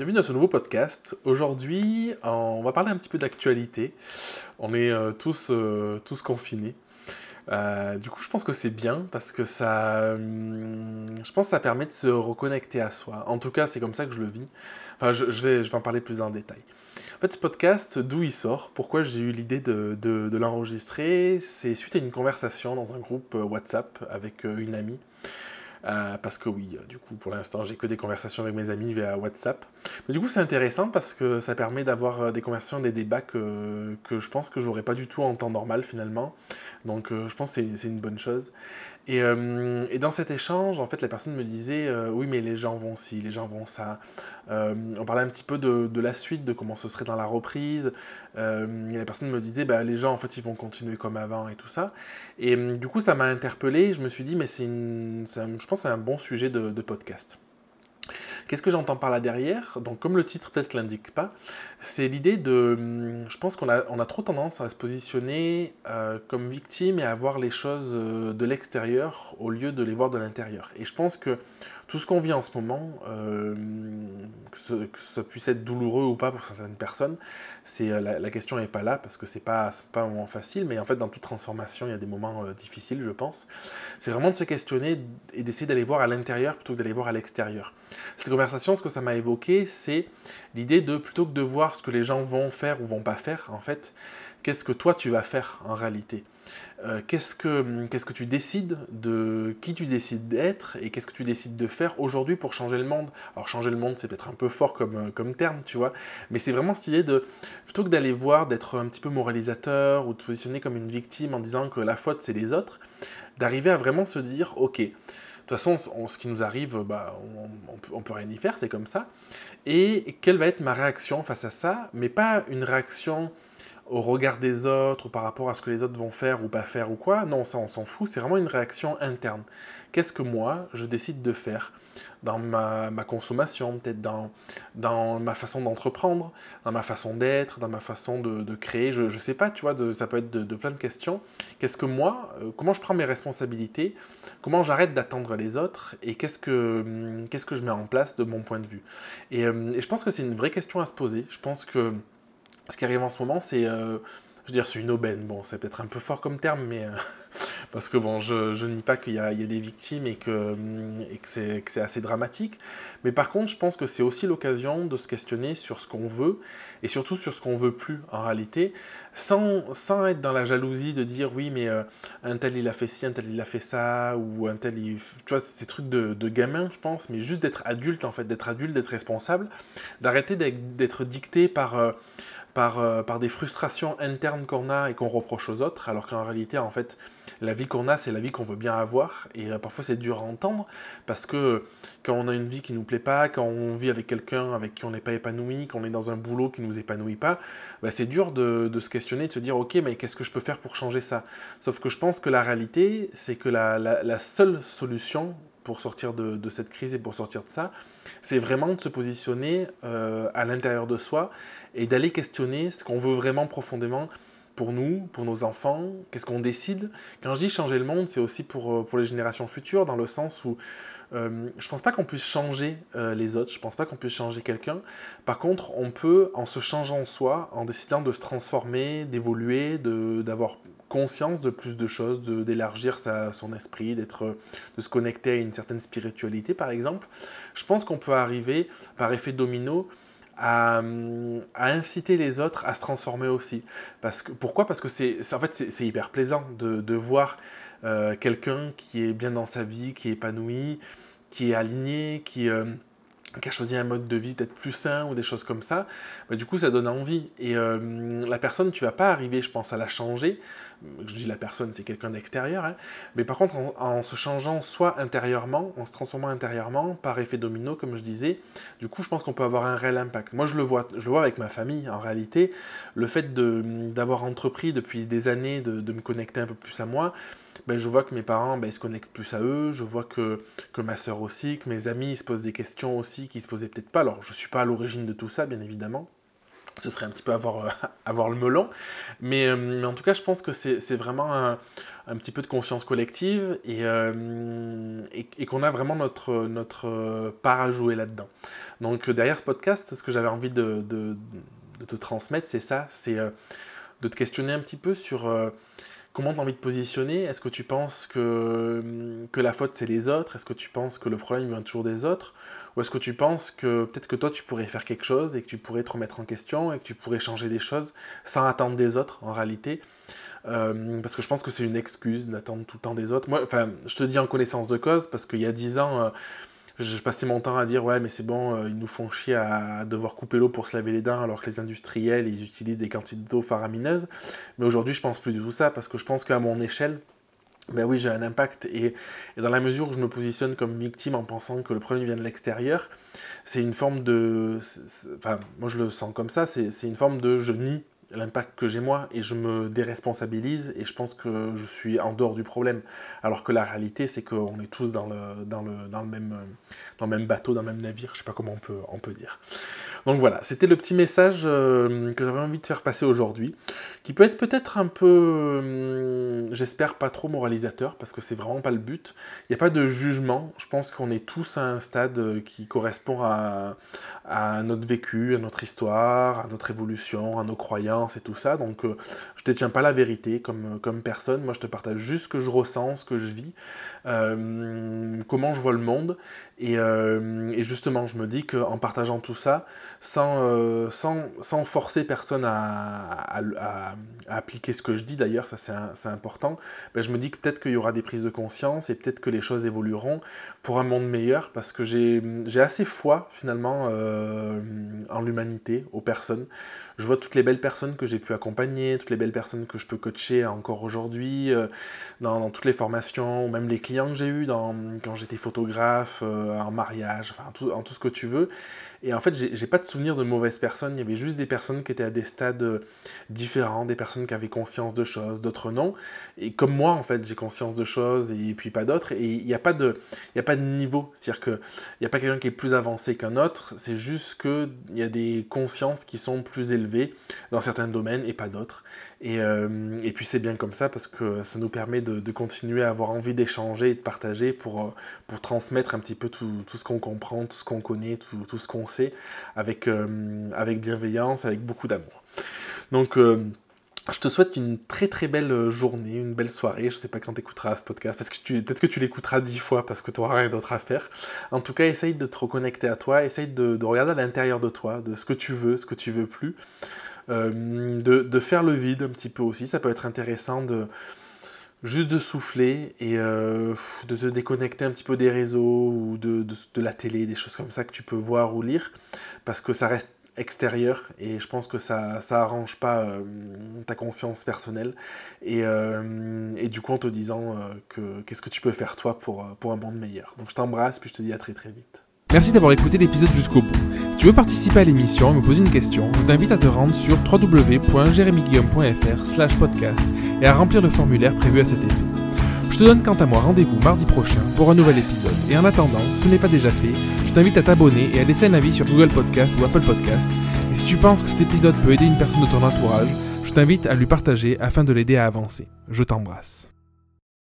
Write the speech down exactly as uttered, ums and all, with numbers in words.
Bienvenue dans ce nouveau podcast. Aujourd'hui, on va parler un petit peu d'actualité. On est euh, tous, euh, tous confinés. Euh, du coup, je pense que c'est bien parce que ça, hum, je pense que ça permet de se reconnecter à soi. En tout cas, c'est comme ça que je le vis. Enfin, je, je vais, je vais en parler plus en détail. En fait, ce podcast, d'où il sort, pourquoi j'ai eu l'idée de, de- de l'enregistrer, c'est suite à une conversation dans un groupe euh, WhatsApp avec euh, une amie. Euh, parce que oui, euh, du coup, pour l'instant, j'ai que des conversations avec mes amis via WhatsApp. Mais du coup, c'est intéressant parce que ça permet d'avoir euh, des conversations, des débats que, que je pense que j'aurais pas du tout en temps normal finalement. Donc, euh, je pense que c'est c'est une bonne chose. Et, euh, et dans cet échange, en fait, la personne me disait euh, oui, mais les gens vont ci, les gens vont ça. Euh, on parlait un petit peu de, de la suite, de comment ce serait dans la reprise. Euh, et la personne me disait bah, les gens, en fait, ils vont continuer comme avant et tout ça. Et euh, du coup, ça m'a interpellé. Je me suis dit mais c'est une, c'est un- je pense que c'est un bon sujet de, de podcast. Qu'est-ce que j'entends par là derrière? Donc, comme le titre peut-être l'indique pas, c'est l'idée de. hum, Je pense qu'on a, on a trop tendance à se positionner euh, comme victime et à voir les choses euh, de l'extérieur au lieu de les voir de l'intérieur. Et je pense que tout ce qu'on vit en ce moment, euh, que, ce, que ça puisse être douloureux ou pas pour certaines personnes, c'est euh, la, la question n'est pas là parce que c'est pas, c'est pas un moment facile, mais en fait, dans toute transformation, il y a des moments euh, difficiles, je pense. C'est vraiment de se questionner et d'essayer d'aller voir à l'intérieur plutôt que d'aller voir à l'extérieur. Cette conversation, ce que ça m'a évoqué, c'est l'idée de, plutôt que de voir ce que les gens vont faire ou vont pas faire, en fait, qu'est-ce que toi tu vas faire en réalité? Euh, qu'est-ce que, qu'est-ce que tu décides de qui tu décides d'être et qu'est-ce que tu décides de faire aujourd'hui pour changer le monde? Alors changer le monde, c'est peut-être un peu fort comme, euh, comme terme, tu vois, mais c'est vraiment cette idée de, plutôt que d'aller voir, d'être un petit peu moralisateur ou de te positionner comme une victime en disant que la faute c'est les autres, d'arriver à vraiment se dire, ok, de toute façon, on- ce qui nous arrive, bah, on, on peut, on peut rien y faire, c'est comme ça. Et quelle va être ma réaction face à ça, mais pas une réaction au regard des autres, ou par rapport à ce que les autres vont faire ou pas faire ou quoi. Non, ça on s'en fout, c'est vraiment une réaction interne. Qu'est-ce que moi, je décide de faire dans ma, ma consommation, peut-être dans, dans ma façon d'entreprendre, dans ma façon d'être, dans ma façon de, de créer, je, je sais pas, tu vois, de, ça peut être de, de plein de questions. Qu'est-ce que moi, euh, comment je prends mes responsabilités, comment j'arrête d'attendre les autres, et qu'est-ce que, hum, qu'est-ce que je mets en place de mon point de vue. Et, euh, et je pense que c'est une vraie question à se poser. Je pense que ce qui arrive en ce moment, c'est, euh, je veux dire, c'est une aubaine. Bon, c'est peut-être un peu fort comme terme, mais euh, parce que bon, je, je nie pas qu'il y a, il y a des victimes et que, hum, et que c'est, que c'est assez dramatique. Mais par contre, je pense que c'est aussi l'occasion de se questionner sur ce qu'on veut et surtout sur ce qu'on veut plus en réalité, sans, sans être dans la jalousie de dire oui, mais euh, un tel il a fait ci, un tel il a fait ça, ou un tel il. Tu vois, c'est ces trucs de, de gamin, je pense, mais juste d'être adulte en fait, d'être adulte, d'être responsable, d'arrêter d'être, d'être dicté par. Euh, par, euh, par des frustrations internes qu'on a et qu'on reproche aux autres, alors qu'en réalité, en fait, la vie qu'on a, c'est la vie qu'on veut bien avoir, et euh, parfois c'est dur à entendre, parce que quand on a une vie qui nous plaît pas, quand on vit avec quelqu'un avec qui on n'est pas épanoui, quand on est dans un boulot qui nous épanouit pas, bah, c'est dur de, de se questionner, de se dire, ok, mais qu'est-ce que je peux faire pour changer ça? Sauf que je pense que la réalité, c'est que la, la, la seule solution pour sortir de, de cette crise et pour sortir de ça, c'est vraiment de se positionner euh, à l'intérieur de soi et d'aller questionner ce qu'on veut vraiment profondément pour nous, pour nos enfants, qu'est-ce qu'on décide. Quand je dis changer le monde, c'est aussi pour, euh, pour les générations futures, dans le sens où euh, je pense pas qu'on puisse changer euh, les autres, je pense pas qu'on puisse changer quelqu'un. Par contre, on peut, en se changeant soi, en décidant de se transformer, d'évoluer, de, d'avoir conscience de plus de choses, de, d'élargir sa, son esprit, d'être, de se connecter à une certaine spiritualité, par exemple, je pense qu'on peut arriver, par effet domino, à, à inciter les autres à se transformer aussi. Parce que, pourquoi? Parce que c'est, c'est- en fait, c'est, c'est hyper plaisant de, de voir euh, quelqu'un qui est bien dans sa vie, qui est épanoui, qui est aligné, qui, euh, qui a choisi un mode de vie peut-être plus sain ou des choses comme ça, bah, du coup ça donne envie. Et euh, la personne, tu vas pas arriver, je pense, à la changer. Je dis la personne, c'est quelqu'un d'extérieur, hein. Mais par contre, en, en se changeant soit intérieurement, en se transformant intérieurement, par effet domino, comme je disais, du coup je pense qu'on peut avoir un réel impact. Moi je le vois, je le vois avec ma famille, en réalité, le fait de, d'avoir entrepris depuis des années de, de me connecter un peu plus à moi, ben, je vois que mes parents ben, ils se connectent plus à eux, je vois que, que ma sœur aussi, que mes amis ils se posent des questions aussi qui se posaient peut-être pas. Alors je suis pas à l'origine de tout ça, bien évidemment. Ce serait un petit peu avoir, euh, avoir le melon. Mais, euh, mais en tout cas, je pense que c'est, c'est vraiment un, un petit peu de conscience collective et, euh, et, et qu'on a vraiment notre, notre part à jouer là-dedans. Donc derrière ce podcast, ce que j'avais envie de, de, de te transmettre, c'est ça, c'est euh, de te questionner un petit peu sur... Euh, comment tu as envie de positionner? Est-ce que tu penses que, que la faute c'est les autres? Est-ce que tu penses que le problème vient toujours des autres? Ou est-ce que tu penses que peut-être que toi tu pourrais faire quelque chose et que tu pourrais te remettre en question et que tu pourrais changer des choses sans attendre des autres en réalité? Euh, parce que je pense que c'est une excuse d'attendre tout le temps des autres. Moi, enfin, je te dis en connaissance de cause parce qu'il y a dix ans, euh, je, je passais mon temps à dire ouais mais c'est bon, euh, ils nous font chier à, à devoir couper l'eau pour se laver les dents alors que les industriels ils utilisent des quantités d'eau faramineuses. Mais aujourd'hui je pense plus du tout ça parce que je pense qu'à mon échelle, ben oui j'ai un impact et, et dans la mesure où je me positionne comme victime en pensant que le problème vient de l'extérieur, c'est une forme de... c'est, c'est, enfin moi je le sens comme ça, c'est, c'est une forme de je nie l'impact que j'ai moi et je me déresponsabilise et je pense que je suis en dehors du problème. Alors que la réalité, c'est qu'on est tous dans le, dans le, dans le, même, dans le même bateau, dans le même navire, je sais pas comment on peut, on peut dire. Donc voilà, c'était le petit message euh, que j'avais envie de faire passer aujourd'hui, qui peut être peut-être un peu, euh, j'espère pas trop moralisateur, parce que c'est vraiment pas le but. Il n'y a pas de jugement, je pense qu'on est tous à un stade qui correspond à, à notre vécu, à notre histoire, à notre évolution, à nos croyances et tout ça, donc euh, je détiens pas la vérité comme, comme personne, moi je te partage juste ce que je ressens, ce que je vis, euh, comment je vois le monde, et, euh, et justement je me dis qu'en partageant tout ça, Sans, euh, sans, sans forcer personne à, à, à, à appliquer ce que je dis, d'ailleurs, ça c'est, un, c'est important, ben, je me dis que peut-être qu'il y aura des prises de conscience et peut-être que les choses évolueront pour un monde meilleur, parce que j'ai, j'ai assez foi, finalement, euh, en l'humanité, aux personnes. Je vois toutes les belles personnes que j'ai pu accompagner, toutes les belles personnes que je peux coacher encore aujourd'hui, euh, dans, dans toutes les formations, ou même les clients que j'ai eus dans, quand j'étais photographe, euh, en mariage, enfin, tout, en tout ce que tu veux. Et en fait, j'ai, j'ai pas de souvenir de mauvaises personnes, il y avait juste des personnes qui étaient à des stades différents, des personnes qui avaient conscience de choses, d'autres non. Et comme moi, en fait, j'ai conscience de choses et puis pas d'autres. Et il n'y a pas de, il y a pas de niveau, c'est-à-dire qu'il n'y a pas quelqu'un qui est plus avancé qu'un autre, c'est juste qu'il y a des consciences qui sont plus élevées dans certains domaines et pas d'autres. Et, euh, et puis c'est bien comme ça parce que ça nous permet de, de continuer à avoir envie d'échanger et de partager pour, pour transmettre un petit peu tout, tout ce qu'on comprend, tout ce qu'on connaît, tout, tout ce qu'on sait avec, euh, avec bienveillance, avec beaucoup d'amour. Donc euh, je te souhaite une très très belle journée, une belle soirée. Je sais pas quand tu écouteras ce podcast, parce que tu, peut-être que tu l'écouteras dix fois parce que tu n'auras rien d'autre à faire. En tout cas, essaye de te reconnecter à toi, essaye de, de regarder à l'intérieur de toi, de ce que tu veux, ce que tu veux plus. Euh, de, de faire le vide un petit peu aussi, ça peut être intéressant de juste de souffler et euh, de te déconnecter un petit peu des réseaux ou de, de, de la télé, des choses comme ça que tu peux voir ou lire, parce que ça reste extérieur et je pense que ça ça arrange pas euh, ta conscience personnelle et, euh, et du coup en te disant euh, que qu'est-ce que tu peux faire toi pour, pour un monde meilleur. Donc je t'embrasse puis je te dis à très très vite. Merci d'avoir écouté l'épisode jusqu'au bout. Si tu veux participer à l'émission et me poser une question, je t'invite à te rendre sur w w w point jeremy guillaume point f r slash podcast et à remplir le formulaire prévu à cet effet. Je te donne quant à moi rendez-vous mardi prochain pour un nouvel épisode. Et en attendant, si ce n'est pas déjà fait, je t'invite à t'abonner et à laisser un avis sur Google Podcast ou Apple Podcast. Et si tu penses que cet épisode peut aider une personne de ton entourage, je t'invite à lui partager afin de l'aider à avancer. Je t'embrasse.